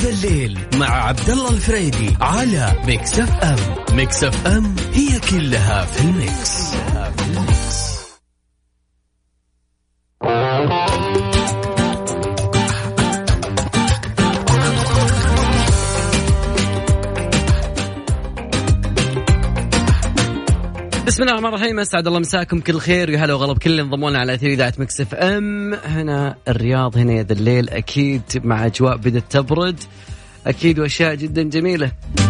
ذا الليل مع عبد الله الفريدي على ميكس اف ام. ميكس اف ام هي كلها في الميكس. بسم الله الرحمن الرحيم. اسعد الله مساكم كل خير وهلا وغلب كل اللي انضموا لنا على اثير اذاعه ميكس اف ام. هنا الرياض، هنا ذا الليل، اكيد مع اجواء بدت تبرد اكيد واشياء جدا جميله.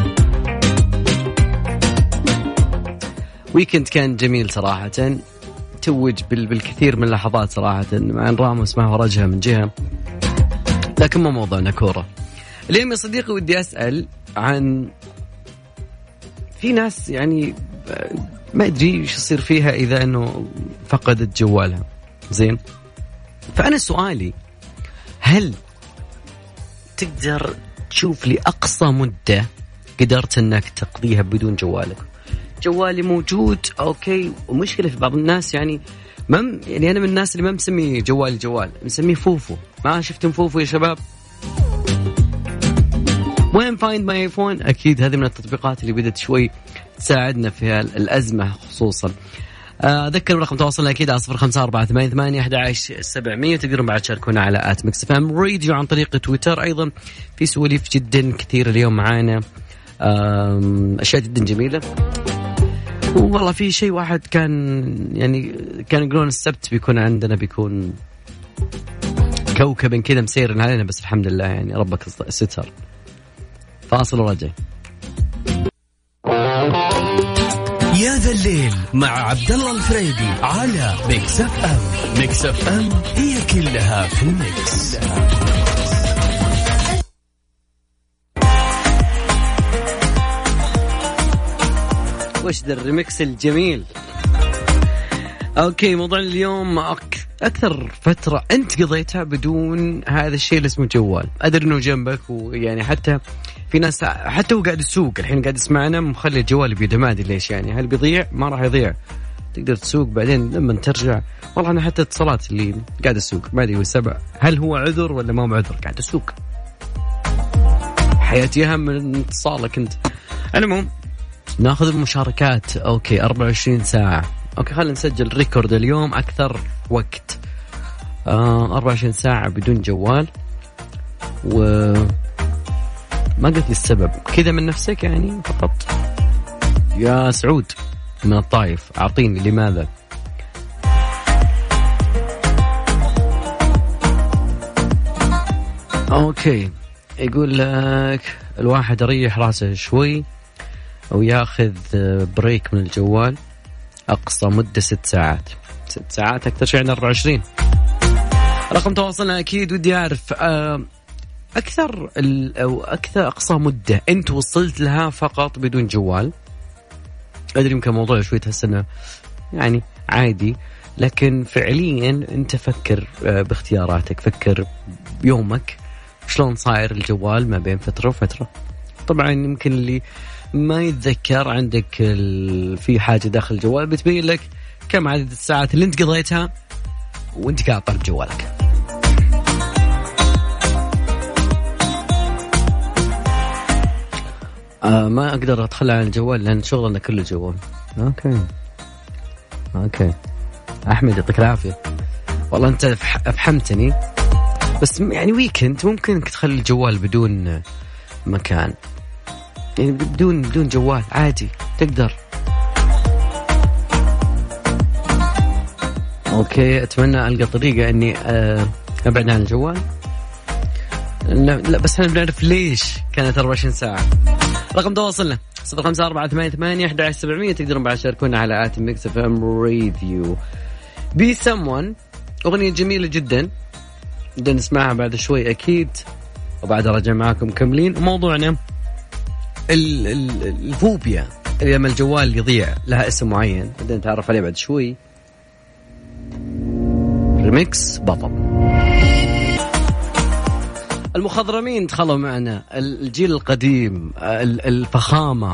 ويكند كان جميل صراحه، توج بالكثير من اللحظات صراحه، مع ان راموس ما فرجها من جهه، لكن ما موضوعنا كوره اليوم يا صديقي. ودي اسال عن في ناس يعني ما أدري إيش يصير فيها إذا أنه فقدت جوالها. زين، فأنا سؤالي، هل تقدر تشوف لي أقصى مدة قدرت أنك تقضيها بدون جوالك؟ جوالي موجود أوكي، ومشكلة في بعض الناس يعني يعني أنا من الناس اللي ما مسمي جوالي جوال، مسميه فوفو. ما شفتم فوفو يا شباب؟ وين فايند ماي ايفون؟ أكيد هذه من التطبيقات اللي بدأت شوي تساعدنا في الأزمة خصوصا. أذكر رقم تواصلنا أكيد على 0548811700. تقدرون بعد تشاركونا على @mixfmradio عن طريق تويتر. أيضا في سواليف جدا كثير اليوم معانا، أشياء جدا جميلة. والله في شيء واحد كان يقولون السبت بيكون كوكب كذا مسير علينا، بس الحمد لله يعني ربك ستر. فاصل ورجع. يا ذا الليل مع عبد الله الفريدي على ميكس اف ام. ميكس اف ام هي كلها في الميكس. وش ذا الريمكس الجميل؟ اوكي، موضوع اليوم اكثر فترة انت قضيتها بدون هذا الشيء اللي اسمه جوال. ادري انه جنبك، ويعني حتى في ناس حتى هو قاعد يسوق الحين قاعد يسمعنا مخلي الجوال بيده، ما ادري ليش. يعني هل بيضيع؟ ما راح يضيع، تقدر تسوق بعدين لما ترجع. والله انا حتى اتصالات اللي قاعد اسوق ما ادري والسبع، هل هو عذر ولا ما هو عذر؟ قاعد اسوق، حياتي اهم من اتصالك انت. المهم ناخذ المشاركات. اوكي 24 ساعة. اوكي خلينا نسجل ريكورد اليوم اكثر وقت 24 ساعة بدون جوال. وما قلت لي السبب كذا من نفسك يعني فقط؟ يا سعود من الطائف أعطيني لماذا. أوكي، يقول لك الواحد يريح راسه شوي أو ياخذ بريك من الجوال، أقصى مدة 6 ساعات. 6 ساعات أكثر شيء عن 24. رقم تواصلنا أكيد ودي أعرف أكثر أقصى مدة أنت وصلت لها فقط بدون جوال. أدري يمكن موضوع شوي تحسنه يعني عادي، لكن فعليا أنت فكر باختياراتك، فكر بيومك شلون صاير الجوال ما بين فترة وفترة. طبعا يمكن اللي ما يتذكر عندك في حاجة داخل الجوال بتبين لك كم عدد الساعات اللي أنت قضيتها وأنت قاعد طالب جوالك. ما أقدر أدخل على الجوال لأن شغلنا كله جوال. أوكي أحمد يعطيك العافية، والله أنت أفهمتني. بس يعني ويكند ممكن تخلي الجوال بدون مكان، يعني بدون جوال عادي تقدر. أوكي أتمنى ألقى طريقة أني أبعد عن الجوال. لا بس احنا بنعرف ليش كانت 24 ساعة. رقم تواصلنا 0548811700. تقدرون بعد تشاركونا على @mixfmradio. Be Someone أغنية جميلة جدا، بدنا نسمعها بعد شوي أكيد، وبعد رجع معاكم كملين. وموضوعنا الفوبيا لما الجوال يضيع، لها اسم معين بدنا نتعرف عليه بعد شوي. ريميكس بطل. المخضرمين دخلوا معنا، الجيل القديم، الفخامة،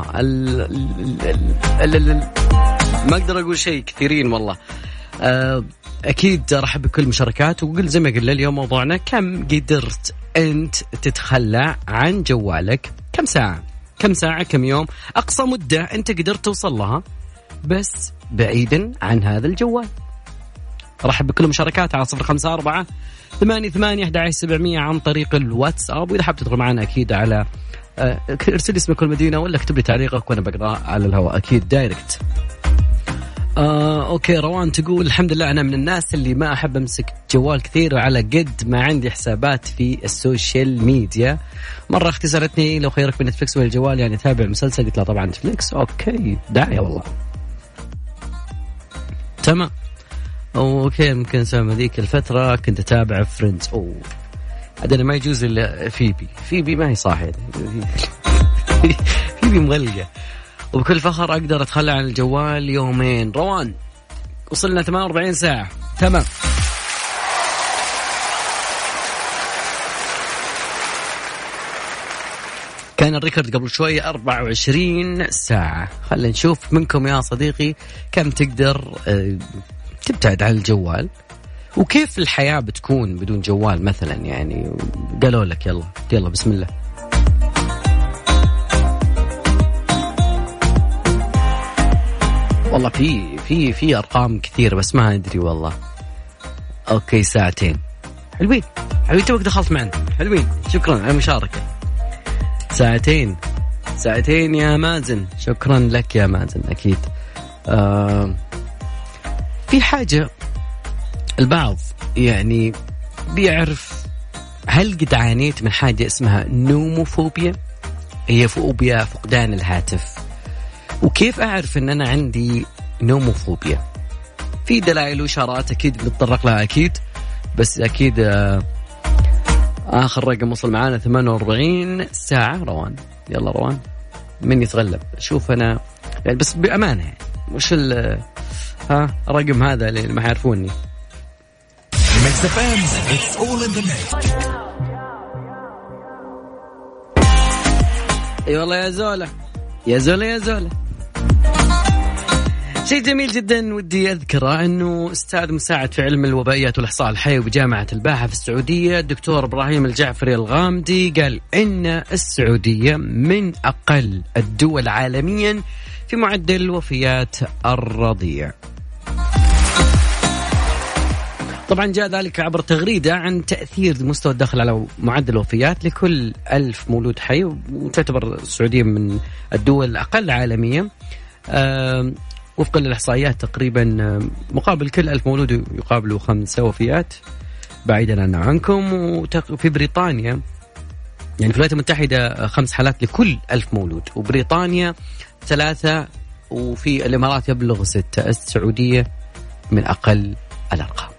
ما أقدر أقول شيء، كثيرين والله. أكيد رحب بكل مشاركات. وقل زي ما قلنا اليوم موضوعنا كم قدرت أنت تتخلى عن جوالك كم ساعة؟ كم ساعة؟ كم يوم؟ أقصى مدة أنت قدرت توصل لها بس بعيدا عن هذا الجوال. رحب بكل مشاركات على 054-88-11-700 عن طريق الواتساب. وإذا حاب تدخل معنا أكيد على ارسل اسمك والمدينة ولا اكتب لي تعليقك وأنا بقرأ على الهواء أكيد دايركت. أوكي روان تقول الحمد لله أنا من الناس اللي ما أحب أمسك جوال كثير وعلى قد ما عندي حسابات في السوشيال ميديا. مرة أختي سألتني لو خيرك بين نتفليكس ولا الجوال يعني أتابع مسلسل، قلت لا طبعا نتفليكس. أوكي داعية والله تمام. أوكي ممكن نسمى ذيك الفترة كنت أتابع فريندز. أوه عندنا ما يجوز إلا فيبي ما هي صاحية فيبي مغلقة. وبكل فخر أقدر أتخلى عن الجوال يومين. روان وصلنا 48 ساعة تمام. كان الريكورد قبل شوي 24 ساعة. خلينا نشوف منكم يا صديقي كم تقدر تبتعد عن الجوال وكيف الحياة بتكون بدون جوال مثلا. يعني قالوا لك يلا بسم الله. والله في أرقام كثير بس ما أدري والله. أوكي ساعتين حلوين توك دخلت معنا حلوين. شكرا على المشاركة. ساعتين يا مازن. شكرا لك يا مازن أكيد. في حاجة البعض يعني بيعرف هل قد عانيت من حاجة اسمها نوموفوبيا؟ هي فوبيا فقدان الهاتف. وكيف أعرف أن أنا عندي نوموفوبيا؟ في دلائل وإشارات أكيد بنتطرق لها أكيد. بس أكيد آخر رقم وصل معانا 48 ساعة. روان يلا روان من يتغلب؟ شوف أنا يعني بس بأمانة يعني وش الرقم هذا اللي ما يعرفوني. اي والله يا زولة شيء جميل جدا ودي أذكره أنه أستاذ مساعد في علم الوبائيات والإحصاء الحيوي بجامعة الباحة في السعودية الدكتور إبراهيم الجعفري الغامدي قال إن السعودية من أقل الدول عالميا في معدل وفيات الرضيع. طبعا جاء ذلك عبر تغريدة عن تأثير مستوى الدخل على معدل الوفيات لكل 1000 مولود حي. وتعتبر السعودية من الدول الأقل عالمية وفقا للإحصائيات. تقريبا مقابل كل 1000 مولود يقابلوا 5 وفيات بعيدا عنكم. وفي بريطانيا يعني في الولايات المتحدة 5 حالات لكل 1000 مولود، وبريطانيا 3، وفي الإمارات يبلغ 6. السعودية من أقل الأرقام.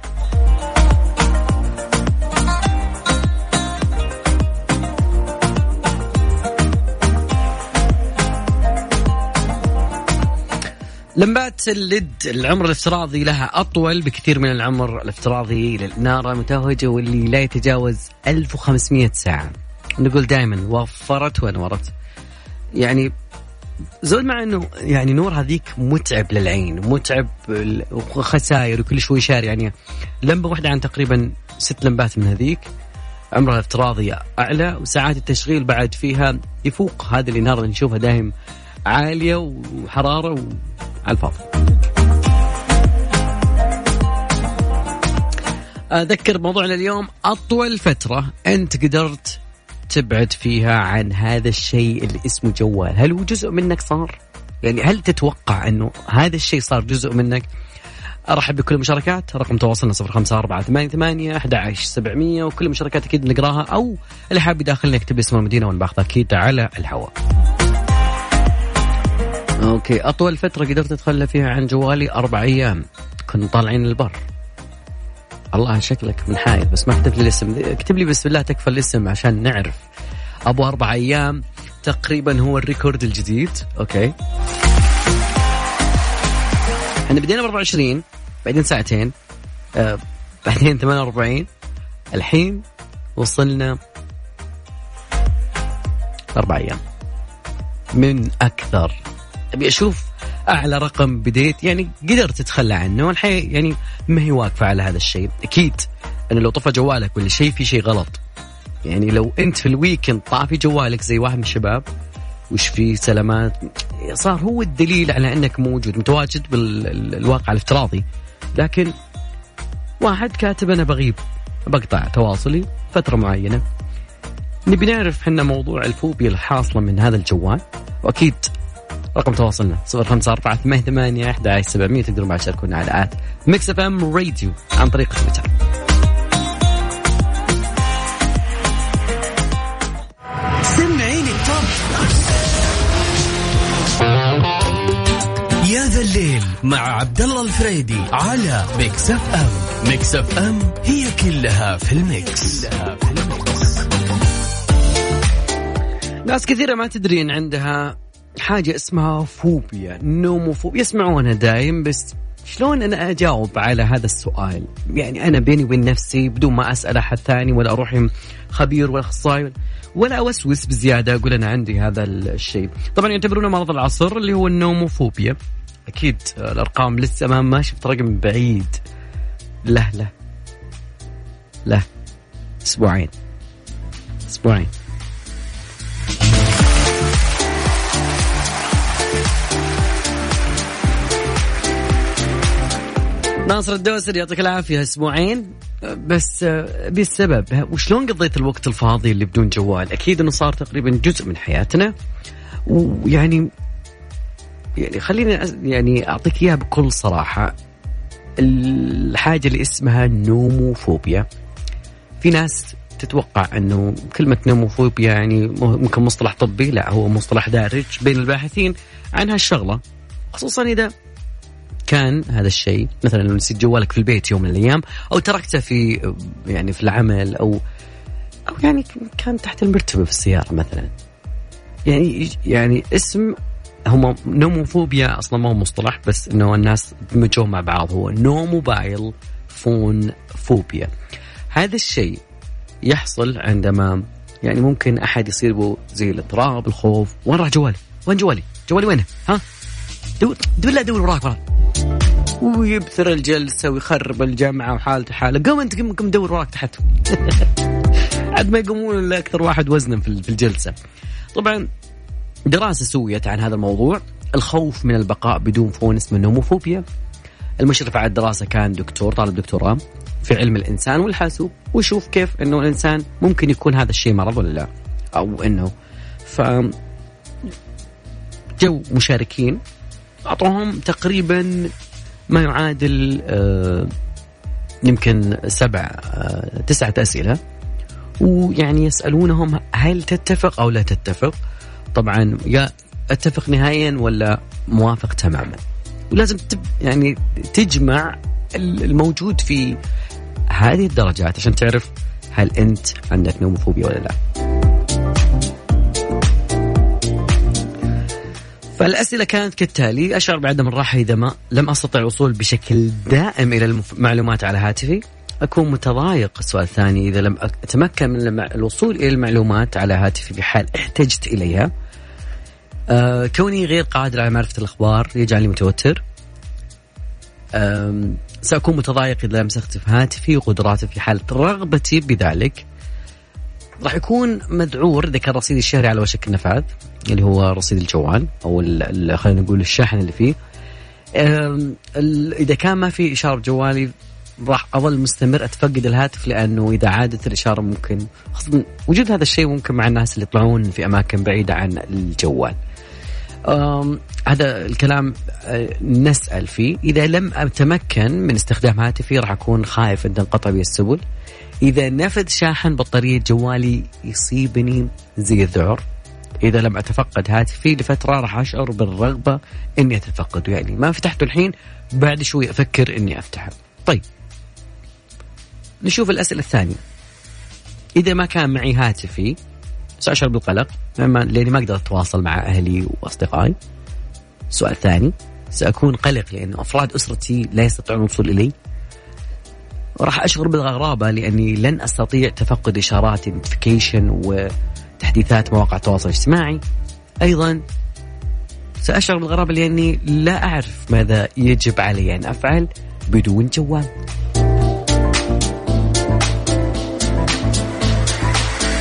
لمبات الليد العمر الافتراضي لها أطول بكثير من العمر الافتراضي للإنارة المتوهجة واللي لا يتجاوز 1500 ساعة. نقول دائما وفرت وانورت. يعني زود مع أنه يعني نور هذيك متعب للعين متعب وخسائر وكل شوي شار. يعني لمبة واحدة عن تقريبا 6 لمبات من هذيك عمرها الافتراضي أعلى، وساعات التشغيل بعد فيها يفوق هذه الإنارة اللي نشوفها دائم عالية وحرارة على الفاضي. أذكر موضوعنا اليوم أطول فترة أنت قدرت تبعد فيها عن هذا الشيء اللي اسمه جوال. هل هو جزء منك صار؟ يعني هل تتوقع أنه هذا الشيء صار جزء منك؟ أرحب بكل المشاركات. رقم تواصلنا 0548811700 وكل المشاركات أكيد نقراها، أو اللي حاب يداخلنا يكتب اسم المدينة ونباخذ أكيد على الهواء. أوكي أطول فترة قدرت أتخلى فيها عن جوالي 4 أيام. كنا طالعين البر. الله شكلك من حايل بس ما كتب لي الاسم. اكتب لي بسم الله تكفى الاسم عشان نعرف. أبو 4 أيام تقريبا هو الريكورد الجديد. أوكي احنا بدينا ب24 بعدين ساعتين بعدين 48 الحين وصلنا 4 أيام من أكثر. أبي أشوف أعلى رقم بديت يعني قدرت تتخلى عنه. والحين يعني ما هي واقفة على هذا الشيء. أكيد أنه لو طفى جوالك ولا شيء في شيء غلط. يعني لو أنت في الويكند طافي جوالك زي واحد من الشباب وش في سلامات، صار هو الدليل على أنك موجود متواجد بالواقع الافتراضي. لكن واحد كاتب أنا بغيب، بقطع تواصلي فترة معينة. نبي نعرف حنا موضوع الفوبيا الحاصلة من هذا الجوال، وأكيد رقم تواصلنا 0548811700. تقدروا بعد تشاركونا على @mixfm radio عن طريق تويتر. سمعيني التوب يا ذا الليل مع عبد الله الفريدي على ميكس اف ام. ميكس اف ام هي كلها في الميكس. ناس كثيرة ما تدري إن عندها حاجة اسمها فوبيا، نوموفوبيا، يسمعونها دايم. بس شلون أنا أجاوب على هذا السؤال؟ يعني أنا بيني وبين نفسي بدون ما أسأل أحد ثاني، ولا أروح خبير ولا أخصائي، ولا أوسوس بزيادة أقول أنا عندي هذا الشيء. طبعا يعتبرونه مرض العصر اللي هو النوموفوبيا. أكيد الأرقام لسه ما شفت رقم بعيد. لا أسبوعين. ناصر الدوسر يعطيك العافية. أسبوعين بس بالسبب وشلون قضيت الوقت الفاضي اللي بدون جوال؟ أكيد أنه صار تقريبا جزء من حياتنا. ويعني خليني يعني أعطيك إياها بكل صراحة. الحاجة اللي اسمها نوموفوبيا، في ناس تتوقع أنه كلمة نوموفوبيا يعني ممكن مصطلح طبي. لا، هو مصطلح دارج بين الباحثين عن هالشغلة، خصوصا إذا كان هذا الشيء مثلا لو نسيت جوالك في البيت يوم من الأيام، أو تركته في العمل، أو يعني كان تحت المرتبة في السيارة مثلا. يعني اسم هم نوموفوبيا أصلا ما هو مصطلح، بس إنه الناس دمجوه مع بعض، هو نوموبايل فون فوبيا. هذا الشيء يحصل عندما يعني ممكن أحد يصير به زي الاضطراب، الخوف. وين راح جوالي؟ وين جوالي وينه؟ ها دور وراك ويبثر الجلسة ويخرب الجامعة وحالته حالة. قوم أنت قم دور وراك تحت عد ما يقومون إلا أكثر واحد وزنا في الجلسة. طبعا دراسة سويت عن هذا الموضوع، الخوف من البقاء بدون فون اسمه نوموفوبيا. المشرف على الدراسة كان طالب دكتوراه في علم الإنسان والحاسوب، ويشوف كيف إنه الإنسان ممكن يكون هذا الشيء مرض ولا لا، أو إنه جو مشاركين أعطوهم تقريبا ما يعادل يمكن 9 أسئلة، ويعني يسألونهم هل تتفق أو لا تتفق. طبعا يا اتفق نهائيا ولا موافق تماما، ولازم يعني تجمع الموجود في هذه الدرجات عشان تعرف هل أنت عندك نوموفوبيا ولا لا. فالأسئلة كانت كالتالي: أشعر بعدم الراحة إذا ما لم أستطع الوصول بشكل دائم إلى المعلومات على هاتفي. أكون متضايق. السؤال الثاني: إذا لم أتمكن من الوصول إلى المعلومات على هاتفي في حال احتجت إليها. كوني غير قادر على معرفة الأخبار يجعلني متوتر. سأكون متضايق إذا لم أستخدم هاتفي وقدراتي في حالة رغبتي بذلك. راح يكون مذعور إذا كان رصيدي الشهري على وشك النفاذ، اللي هو رصيد الجوال أو خلينا نقول الشاحن اللي فيه. إذا كان ما في إشارة جوالي راح أظل مستمر أتفقد الهاتف، لأنه إذا عادت الإشارة ممكن خاصة وجود هذا الشيء ممكن مع الناس اللي يطلعون في أماكن بعيدة عن الجوال. هذا الكلام نسأل فيه. إذا لم أتمكن من استخدام هاتفي راح أكون خائف أن تنقطع بي السبل. إذا نفذ شاحن بطارية جوالي يصيبني زي الذعر. إذا لم أتفقد هاتفي لفترة راح أشعر بالرغبة إني أتفقده، يعني ما فتحته الحين بعد شوي أفكر إني أفتحه. طيب نشوف الأسئلة الثانية. إذا ما كان معي هاتفي سأشعر بالقلق لأني ما أقدر أتواصل مع أهلي وأصدقائي. السؤال الثاني: سأكون قلق لأن أفراد أسرتي لا يستطيعون الوصول إلي. راح أشعر بالغرابة لأني لن أستطيع تفقد إشارات نوتيفيكيشن وتحديثات مواقع التواصل الاجتماعي. أيضا سأشعر بالغرابة لأني لا أعرف ماذا يجب علي أن أفعل بدون جوال.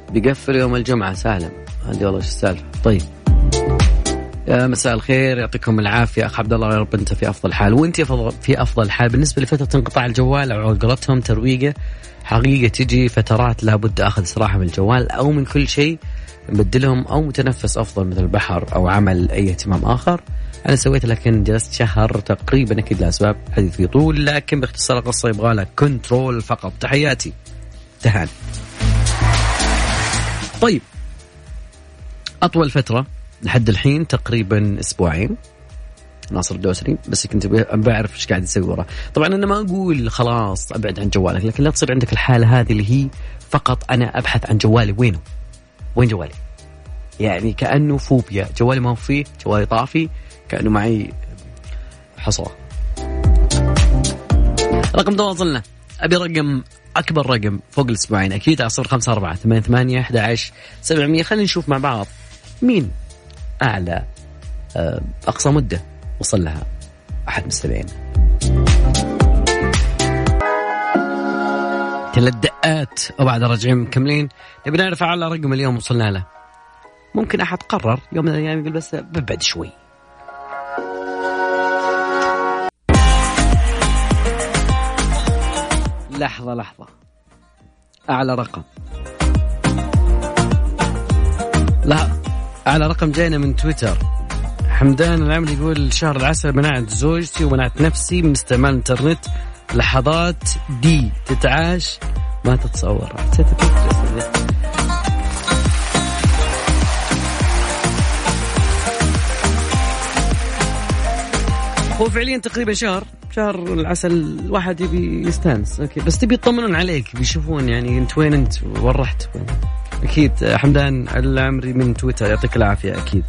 بيقفل يوم الجمعة سالم. هذه والله شو السالفة. طيب يا مساء الخير، يعطيكم العافية أخ عبد الله، يا رب أنت في أفضل حال وأنت في أفضل حال. بالنسبة لفترة انقطاع الجوال أو قولتهم ترويقة، حقيقة تجي فترات لابد أخذ استراحة من الجوال أو من كل شيء نبدلهم، أو متنفس أفضل مثل البحر أو عمل أي اهتمام آخر. أنا سويت لكن جلست شهر تقريبا، أكيد لأسباب حديث يطول، لكن باختصار القصة يبغى لك كنترول فقط. تحياتي تهان. طيب أطول فترة لحد الحين تقريبا أسبوعين ناصر الدوسري، بس كنت بعرف إيش قاعد يسوي وراه. طبعا أنا ما أقول خلاص أبعد عن جوالك، لكن لا تصير عندك الحالة هذه اللي هي فقط أنا أبحث عن جوالي، وين جوالي، يعني كأنه فوبيا، جوالي ما هو فيه، جوالي طافي، كأنه معي حصوة. رقم تواصلنا أبي رقم أكبر رقم فوق الأسبوعين أكيد على 0548811700. خلينا نشوف مع بعض مين أعلى أقصى مدة وصل لها أحد مستمعين. 3 دقات وبعد راجعين مكملين. نبي نعرف أعلى رقم اليوم وصلنا له. ممكن أحد قرر يوم من الأيام يقول بس ببعد شوي. لحظة أعلى رقم، لا أعلى رقم جاينا من تويتر. حمدان العمري يقول شهر العسل منعت زوجتي ومنعت نفسي من استعمال الانترنت، لحظات دي تتعاش ما تتصور. هو فعليا تقريبا شهر العسل الواحد يبي يستانس، اوكي، بس تبي يطمنون عليك، بيشوفون يعني انت وين، انت ورحت وين. اكيد حمدان العمري من تويتر يعطيك العافيه. اكيد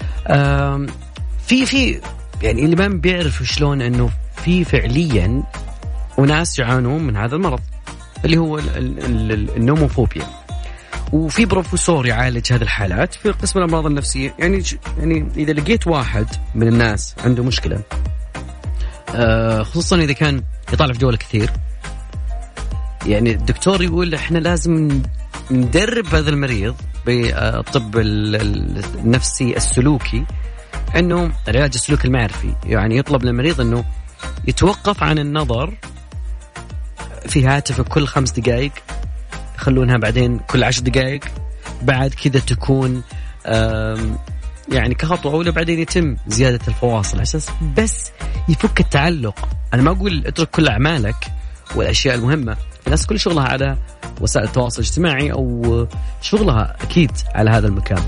في يعني اللي ما بيعرف شلون انه في فعليا وناس يعانون من هذا المرض اللي هو النوموفوبيا، وفي بروفيسور يعالج هذه الحالات في قسم الامراض النفسيه. يعني اذا لقيت واحد من الناس عنده مشكله، خصوصا إذا كان يطالع في جوال كثير، يعني الدكتور يقول إحنا لازم ندرب هذا المريض بالطب النفسي السلوكي، إنه العلاج السلوكي المعرفي، يعني يطلب للمريض إنه يتوقف عن النظر في هاتفه كل 5 دقائق، يخلونها بعدين كل 10 دقائق، بعد كذا تكون يعني كخطوة أولى، بعدين يتم زيادة الفواصل على أساس بس يفك التعلق. أنا ما أقول اترك كل أعمالك والأشياء المهمة، الناس كل شغلها على وسائل التواصل الاجتماعي أو شغلها أكيد على هذا المكان.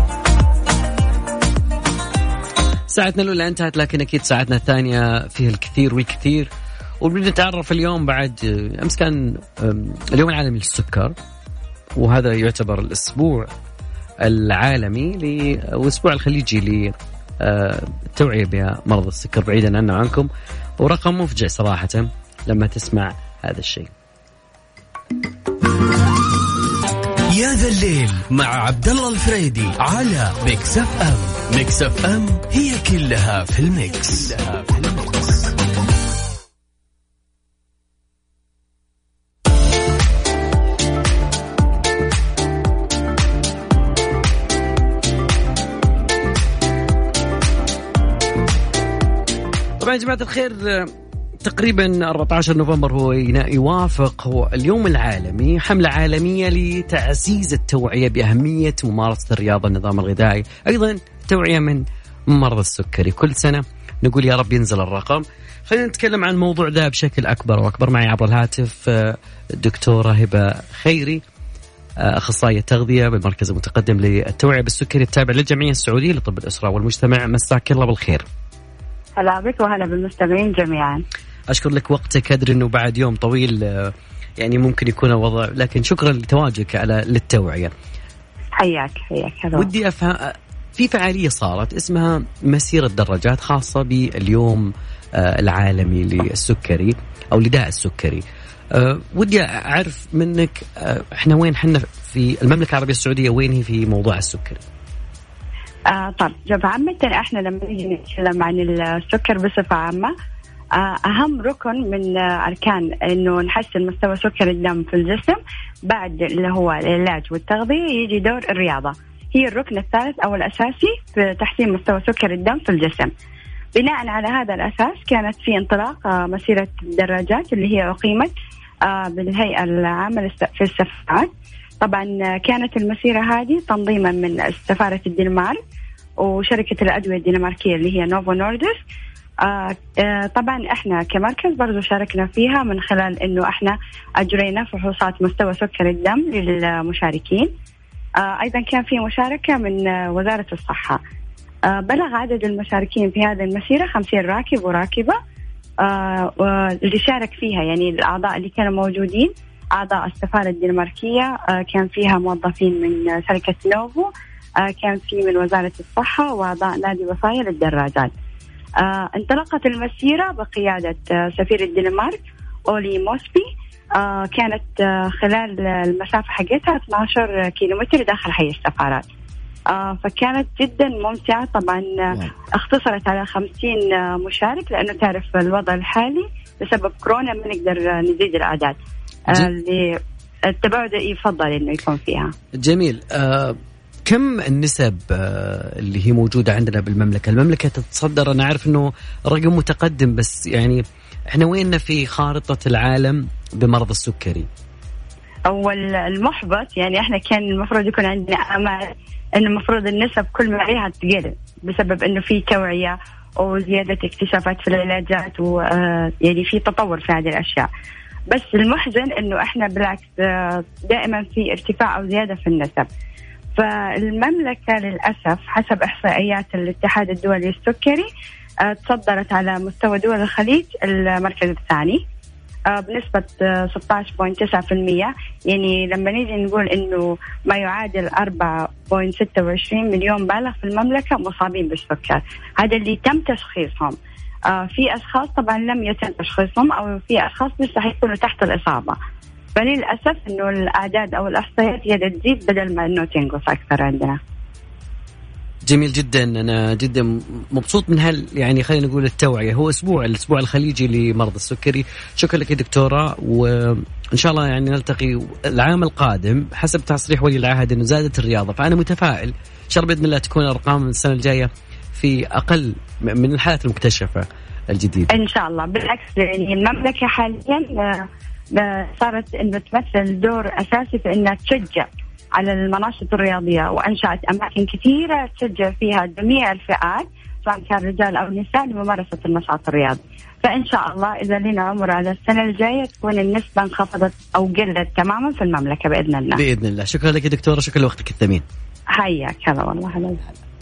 ساعتنا الأولى انتهت، لكن أكيد ساعتنا الثانية فيها الكثير والكثير، وبنتعرف اليوم بعد أمس كان اليوم العالمي للسكر، وهذا يعتبر الأسبوع العالمي والأسبوع الخليجي للتوعية بمرض السكر بعيدا عنا عنكم. ورقم مفجع صراحة لما تسمع هذا الشيء. يا ذا الليل مع عبد الله الفريدي على ميكس اف ام. ميكس اف ام هي كلها في الميكس. طبعا يا جماعة الخير، تقريبا 14 نوفمبر هو يوافق هو اليوم العالمي، حملة عالمية لتعزيز التوعية بأهمية ممارسة الرياضة، النظام الغذائي، أيضا توعية من مرضى السكري. كل سنة نقول يا رب ينزل الرقم. خلينا نتكلم عن الموضوع ده بشكل أكبر وأكبر. معي عبر الهاتف الدكتورة هبة خيري، أخصائية تغذية بالمركز المتقدم للتوعية بالسكري التابع للجمعية السعودية لطب الأسرة والمجتمع. مساك الله بالخير. هلا بك وهلا بالمستمعين جميعا. أشكر لك وقتك، أدري أنه بعد يوم طويل يعني ممكن يكون الوضع، لكن شكرا لتواجدك للتوعية. حياك. ودي أفهم، في فعالية صارت اسمها مسيرة دراجات خاصة باليوم العالمي للسكري أو لداء السكري. ودي أعرف منك إحنا وين حنا في المملكة العربية السعودية، وين هي في موضوع السكري؟ طب عامة احنا لما نيجي نتكلم عن السكر بصفة عامة، أهم ركن من أركان إنه نحسن مستوى سكر الدم في الجسم بعد اللي هو العلاج والتغذية يجي دور الرياضة، هي الركن الثالث أو الأساسي في تحسين مستوى سكر الدم في الجسم. بناء على هذا الأساس كانت في انطلاق مسيرة الدراجات اللي هي أقيمت بالهيئة العامة في السفارات. طبعا كانت المسيرة هذه تنظيما من سفارة الدنمارك وشركة الأدوية الدنماركية اللي هي نوفو نوردس. طبعا احنا كمركز برضو شاركنا فيها من خلال انه احنا اجرينا فحوصات مستوى سكر الدم للمشاركين. ايضا كان في مشاركة من وزارة الصحة. بلغ عدد المشاركين في هذه المسيرة 50 راكب وراكبة اللي شارك فيها، يعني الأعضاء اللي كانوا موجودين أعضاء السفارة الدنماركية، كان فيها موظفين من شركة نوفو، كان في من وزارة الصحة وأعضاء نادي وصايا للدراجات. انطلقت المسيرة بقيادة سفير الدنمارك أولي موسبي. كانت خلال المسافة حقتها 12 كيلومتر داخل حي السفارات. فكانت جدا ممتعة. طبعا اختصرت على 50 مشارك لأنه تعرف الوضع الحالي بسبب كورونا ما نقدر نزيد الأعداد اللي التباعد يفضل إنه يكون فيها. جميل. كم النسب اللي هي موجودة عندنا بالمملكة؟ المملكة تتصدر، أنا عارف إنه رقم متقدم، بس يعني إحنا ويننا في خارطة العالم بمرض السكري؟ أول المحبط يعني إحنا كان المفروض يكون عندنا أمل إنه المفروض النسب كل ما عليها تقل بسبب إنه في توعية وزيادة اكتشافات في العلاجات ويعني في تطور في هذه الأشياء. بس المحزن إنه إحنا بالعكس دائما في ارتفاع أو زيادة في النسب. فالمملكة للأسف حسب إحصائيات الاتحاد الدولي السكري تصدرت على مستوى دول الخليج المركز الثاني بنسبة 16.9%. يعني لما نيجي نقول إنه ما يعادل 4.26 مليون بالغ في المملكة مصابين بالسكر، هذا اللي تم تشخيصهم. في أشخاص طبعا لم يتم تشخيصهم أو في أشخاص لسه حيكونوا تحت الإصابة. فللأسف إنه الأعداد أو الإحصائيات هي تزيد بدل ما إنه تنقص أكثر عندنا. جميل جدا. أنا جدا مبسوط من يعني خلينا نقول التوعية. هو الأسبوع الخليجي لمرضى السكري. شكرا لك يا دكتورة، وإن شاء الله يعني نلتقي العام القادم. حسب تصريح ولي العهد إنه زادت الرياضة، فأنا متفائل إن شاء الله بإذن الله تكون الأرقام السنة الجاية في أقل من الحالات المكتشفة الجديدة إن شاء الله. بالعكس يعني المملكة حاليا صارت إنه تمثل دور أساسي في إنها تشجع على المناشط الرياضية، وأنشأت أماكن كثيرة تشجع فيها جميع الفئات سواء كان رجال أو نساء لممارسة النشاط الرياضي. فإن شاء الله إذا لنا عمر على السنة الجاية تكون النسبة انخفضت أو قلت تماما في المملكة بإذن الله. بإذن الله. شكرا لك يا دكتورة، شكرا لوقتك الثمين. حياك هلا والله. هلا.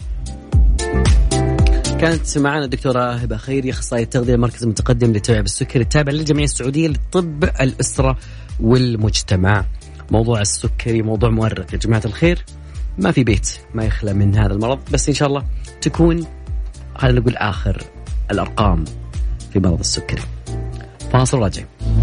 كانت معنا الدكتورة هبة خيري، أخصائية التغذية المركز المتقدم للتوعية بالسكري التابع للجمعية السعودية للطب الأسرة والمجتمع. موضوع السكري موضوع مؤرق يا جماعة الخير، ما في بيت ما يخلى من هذا المرض، بس إن شاء الله تكون خلينا نقول آخر الأرقام في مرض السكري. فاصل راجع.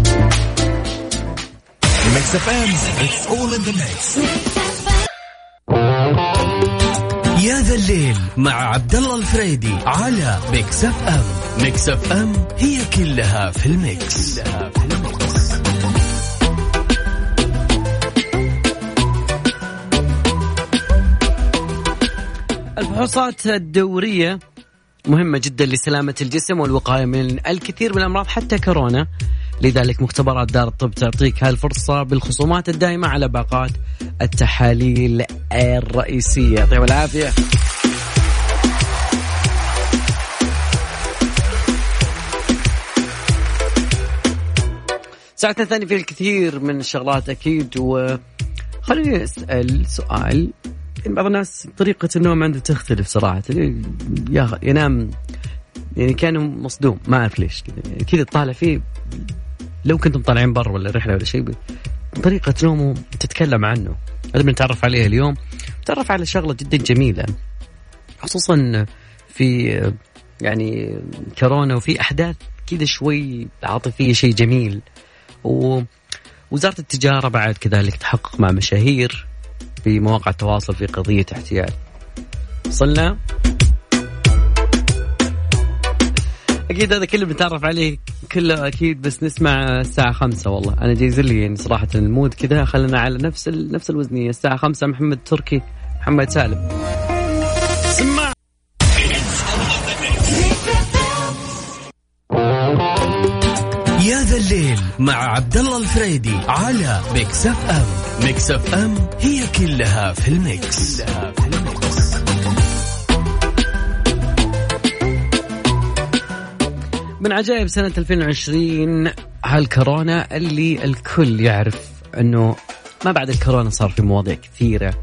يا ذا الليل مع عبد الله الفريدي على ميكس اف ام. ميكس اف ام هي كلها في الميكس. الفحوصات الدورية مهمة جدا لسلامة الجسم والوقاية من الكثير من الأمراض حتى كورونا. لذلك مختبرات دار الطب تعطيك هالفرصة بالخصومات الدائمة على باقات التحاليل الرئيسية. يعطيهم العافية. ساعتنا الثانية في الكثير من الشغلات أكيد، وخليني أسأل سؤال. بعض الناس طريقة النوم عنده تختلف صراحة، ينام يعني كان مصدوم ما أعرف ليش كذا طالع فيه. لو كنتم طالعين برا ولا رحلة ولا شيء طريقة نومه تتكلم عنه، هذا بنتعرف عليه اليوم. نتعرف على شغلة جدا جميلة خصوصا في يعني كورونا وفي أحداث كذا شوي عاطفية، شيءجميل. ووزارة التجارة بعد كذلك تحقق مع مشاهير في مواقع التواصل في قضية احتيال. وصلنا أكيد هذا كله بنتعرف عليه كله أكيد، بس نسمع الساعة 5. والله أنا جايز لي يعني صراحة المود كذا، خلنا على نفس الوزنية الساعة 5. محمد تركي، محمد سالم، سمع. يا ذا الليل مع عبد الله الفريدي على ميكس اف ام. ميكس اف ام هي كلها في الميكس. من عجائب سنة 2020 هالكورونا اللي الكل يعرف أنه ما بعد الكورونا صار في مواضيع كثيرة،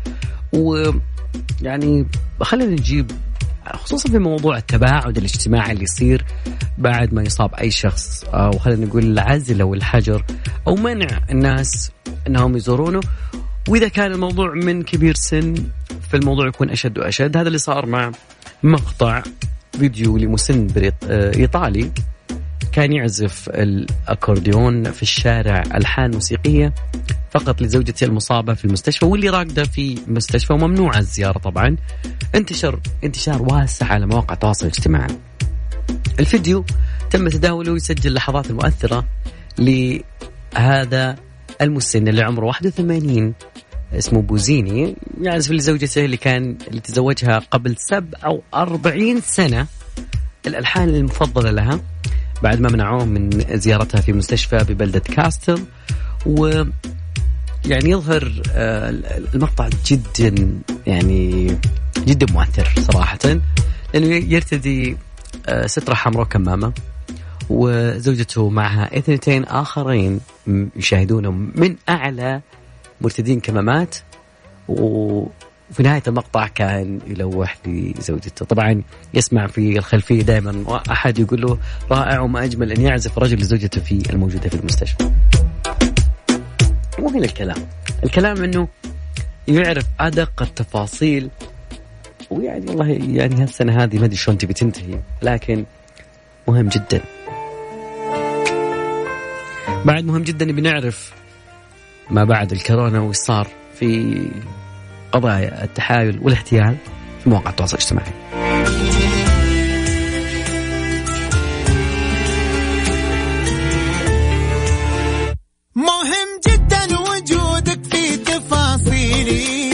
ويعني خلينا نجيب خصوصا في موضوع التباعد الاجتماعي اللي يصير بعد ما يصاب أي شخص، أو خلينا نقول العزل أو الحجر أو منع الناس أنهم يزورونه. وإذا كان الموضوع من كبير سن فالموضوع يكون أشد وأشد. هذا اللي صار مع مقطع فيديو لمسن إيطالي كان يعزف الأكورديون في الشارع ألحان موسيقية فقط لزوجته المصابة في المستشفى واللي راقدة في مستشفى وممنوعة الزيارة. طبعا انتشار واسع على مواقع التواصل الاجتماعي. الفيديو تم تداوله ويسجل لحظات المؤثرة لهذا المسن اللي عمره 81 اسمه بوزيني، يعزف لزوجته اللي تزوجها قبل 47 سنة الألحان المفضلة لها بعد ما منعوه من زيارتها في مستشفى ببلدة كاستل. ويعني يظهر المقطع جدا مؤثر صراحة، لأنه يرتدي سترة حمراء كمامة وزوجته معها 2 آخرين يشاهدونهم من أعلى مرتدين كمامات. وفي نهاية المقطع كان يلوح لزوجته. طبعا يسمع في الخلفية دائما أحد يقول له رائع وما أجمل أن يعزف رجل لزوجته في الموجودة في المستشفى. وهنا الكلام أنه يعرف أدق التفاصيل. ويعني والله يعني هالسنة هذه ما أدري شلون تبي تنتهي، لكن مهم جدا. بعد مهم جدا بنعرف ما بعد الكورونا وش صار في قضايا التحايل والاحتيال في مواقع التواصل الاجتماعي. مهم جدا وجودك في تفاصيلي.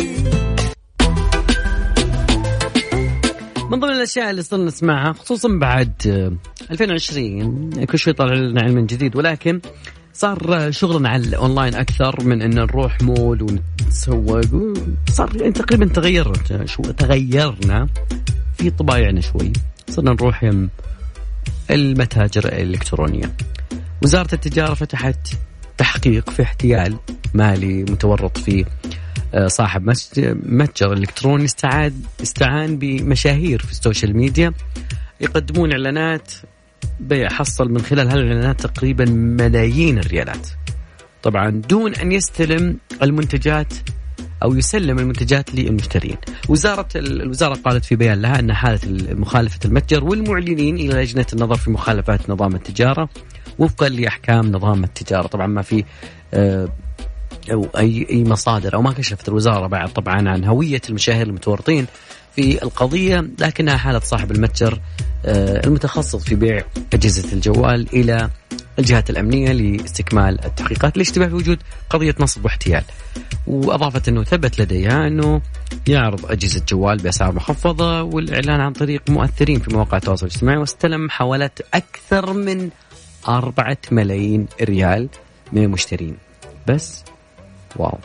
من ضمن الأشياء اللي صرنا نسمعها خصوصا بعد 2020 كل شيء طلع لنا علم جديد، ولكن صار شغلنا على الأونلاين أكثر من أن نروح مول ونتسوق. صار يعني تقريبا تغيرنا في طبايعنا شوي، صرنا نروح يم المتاجر الإلكترونية. وزارة التجارة فتحت تحقيق في احتيال مالي متورط في صاحب متجر إلكتروني استعان بمشاهير في السوشيال ميديا يقدمون إعلانات بيع حصل من خلال هالإعلانات تقريبا ملايين الريالات، طبعا دون أن يستلم المنتجات أو يسلم المنتجات للمشترين. الوزارة قالت في بيان لها أن حالة مخالفة المتجر والمعلنين إلى لجنة النظر في مخالفات نظام التجارة وفقا لأحكام نظام التجارة. طبعا ما في أو أي مصادر أو ما كشفت الوزارة بعد طبعا عن هوية المشاهير المتورطين في القضية، لكنها حالة صاحب المتجر المتخصص في بيع أجهزة الجوال إلى الجهات الأمنية لاستكمال التحقيقات لاشتباه وجود قضية نصب واحتيال. وأضافت أنه ثبت لديها أنه يعرض أجهزة جوال بأسعار مخفضة والإعلان عن طريق مؤثرين في مواقع التواصل الاجتماعي، واستلم حوالات أكثر من 4 ملايين ريال من المشترين. بس واو.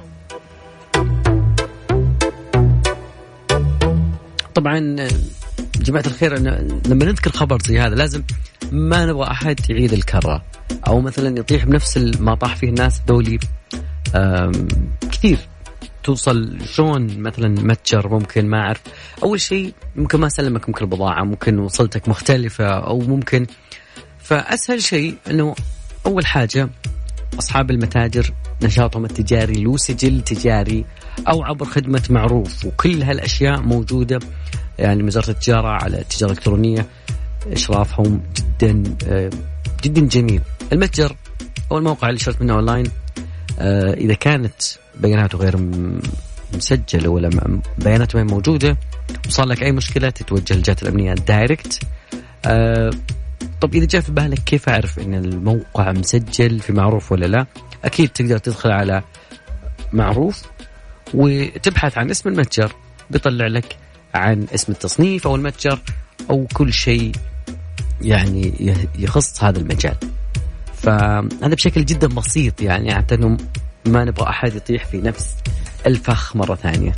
طبعا جماعة الخير لما نذكر خبر زي هذا لازم ما نبغى أحد يعيد الكرة أو مثلا يطيح بنفس ما طاح فيه الناس دولي كثير. توصل شلون مثلا متجر ممكن ما أعرف، أول شيء ممكن ما سلمك ممكن البضاعة، ممكن وصلتك مختلفة أو ممكن. فأسهل شيء أنه أول حاجة أصحاب المتاجر نشاطهم التجاري له سجل تجاري أو عبر خدمة معروف، وكل هالأشياء موجودة يعني وزارة التجارة على التجارة الإلكترونية إشرافهم جدا جدا جميل. المتجر أو الموقع اللي شريت منه أونلاين إذا كانت بياناته غير مسجلة ولا بياناته ما موجودة وصار لك أي مشكلة تتوجه للجهات الأمنية دايركت. طب إذا جاء في بالك كيف أعرف إن الموقع مسجل في معروف ولا لا؟ أكيد تقدر تدخل على معروف وتبحث عن اسم المتجر، بيطلع لك عن اسم التصنيف أو المتجر أو كل شيء يعني يخص هذا المجال. فهذا بشكل جدا بسيط يعني حتى أنه ما نبغى أحد يطيح في نفس الفخ مرة ثانية.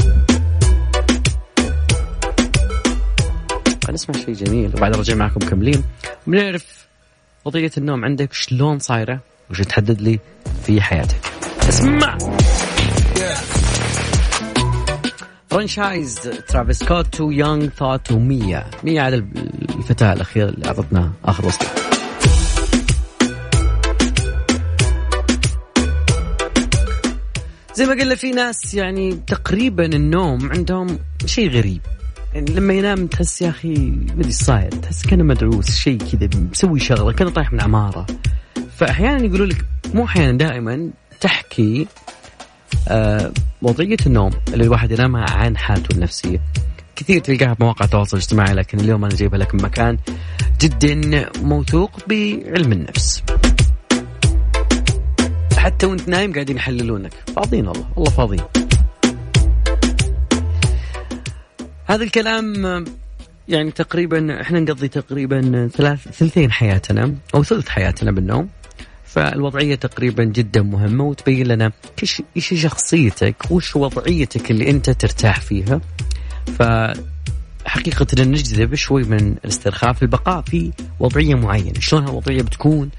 نسمع شيء جميل وبعد رجع معكم كملين بنعرف وضعية النوم عندك شلون صايرة وش تحدد لي في حياتك. اسمع فرانشايز ترافيس سكوت تو يونغ ثوت وميا على الفتاة الأخيرة اللي أعطتنا آخر وصل. زي ما قلنا في ناس يعني تقريبا النوم عندهم شيء غريب، يعني لما ينام تحس يا أخي مدري صاير، تحس كأنه مدعوس شيء كذا مسوي شغلة كأنه طايح من عمارة. فأحيانا يقولوا لك مو أحيانا دائما تحكي وضعية النوم اللي الواحد ينامها عن حالته النفسية. كثير تلقاها بمواقع التواصل الاجتماعي، لكن اليوم أنا جايبها لك من مكان جدا موثوق بعلم النفس. حتى وانت نايم قاعدين يحللونك، فاضيين والله فاضيين. هذا الكلام يعني تقريبا احنا نقضي تقريبا ثلثين حياتنا أو ثلث حياتنا بالنوم، فالوضعية تقريبا جدا مهمة وتبين لنا إيش شخصيتك وش وضعيتك اللي أنت ترتاح فيها. فحقيقة نجذب شوي من الاسترخاء في البقاء في وضعية معينة. شلون هالوضعية بتكون؟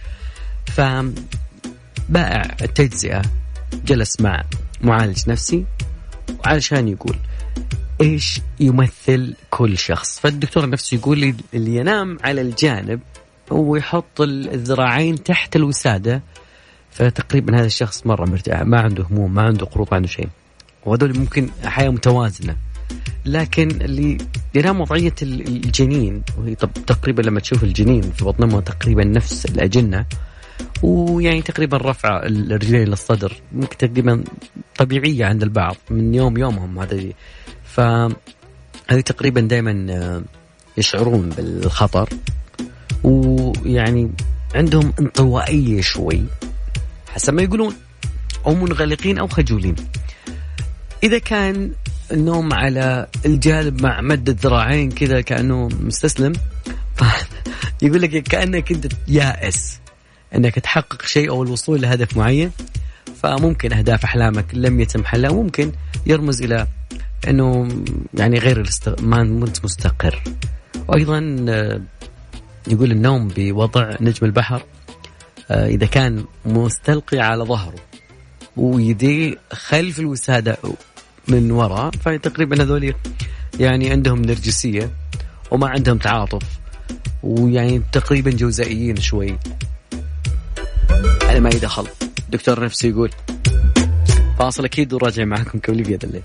فبائع التجزئة جلس مع معالج نفسي علشان يقول إيش يمثل كل شخص. فالدكتور النفسي يقول لي اللي ينام على الجانب ويحط الذراعين تحت الوسادة فتقريبا هذا الشخص مرة مرتاح، ما عنده هموم، ما عنده قروب، ما عنده شيء، وهذول ممكن حياة متوازنة. لكن اللي ينام وضعية الجنين، وهي تقريبا لما تشوف الجنين في بطن أمه تقريبا نفس الأجنة، ويعني تقريبا رفع الرجلين للصدر ممكن تقريبا طبيعية عند البعض من يومهم هذا. فهذه تقريبا دائما يشعرون بالخطر، ويعني عندهم انطوائية شوي حسب ما يقولون، أو منغلقين أو خجولين. إذا كان النوم على الجانب مع مد الذراعين كذا كأنه مستسلم، يقول لك كأنك أنت يائس أنك تحقق شيء أو الوصول لهدف معين، فممكن أهداف أحلامك لم يتم حلها، وممكن يرمز إلى أنه يعني غير ما أنت مستقر. وأيضا يقول النوم بوضع نجم البحر إذا كان مستلقي على ظهره ويديه خلف الوسادة من وراء، فتقريبا هذول يعني عندهم نرجسية وما عندهم تعاطف، ويعني تقريبا جوزائيين شوي. أنا ما يدخل دكتور نفسي يقول. فاصل أكيد وراجع معكم كولي بيد الليل.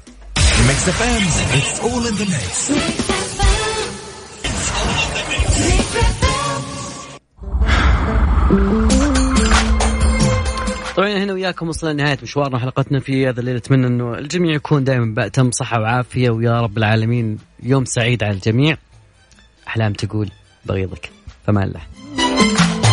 طبعا هنا وياكم وصلنا لنهاية مشوارنا حلقتنا في هذا الليل. أتمنى أنه الجميع يكون دائما بأتم صحة وعافية، ويا رب العالمين يوم سعيد على الجميع. أحلام تقول بغيضك، فما الله.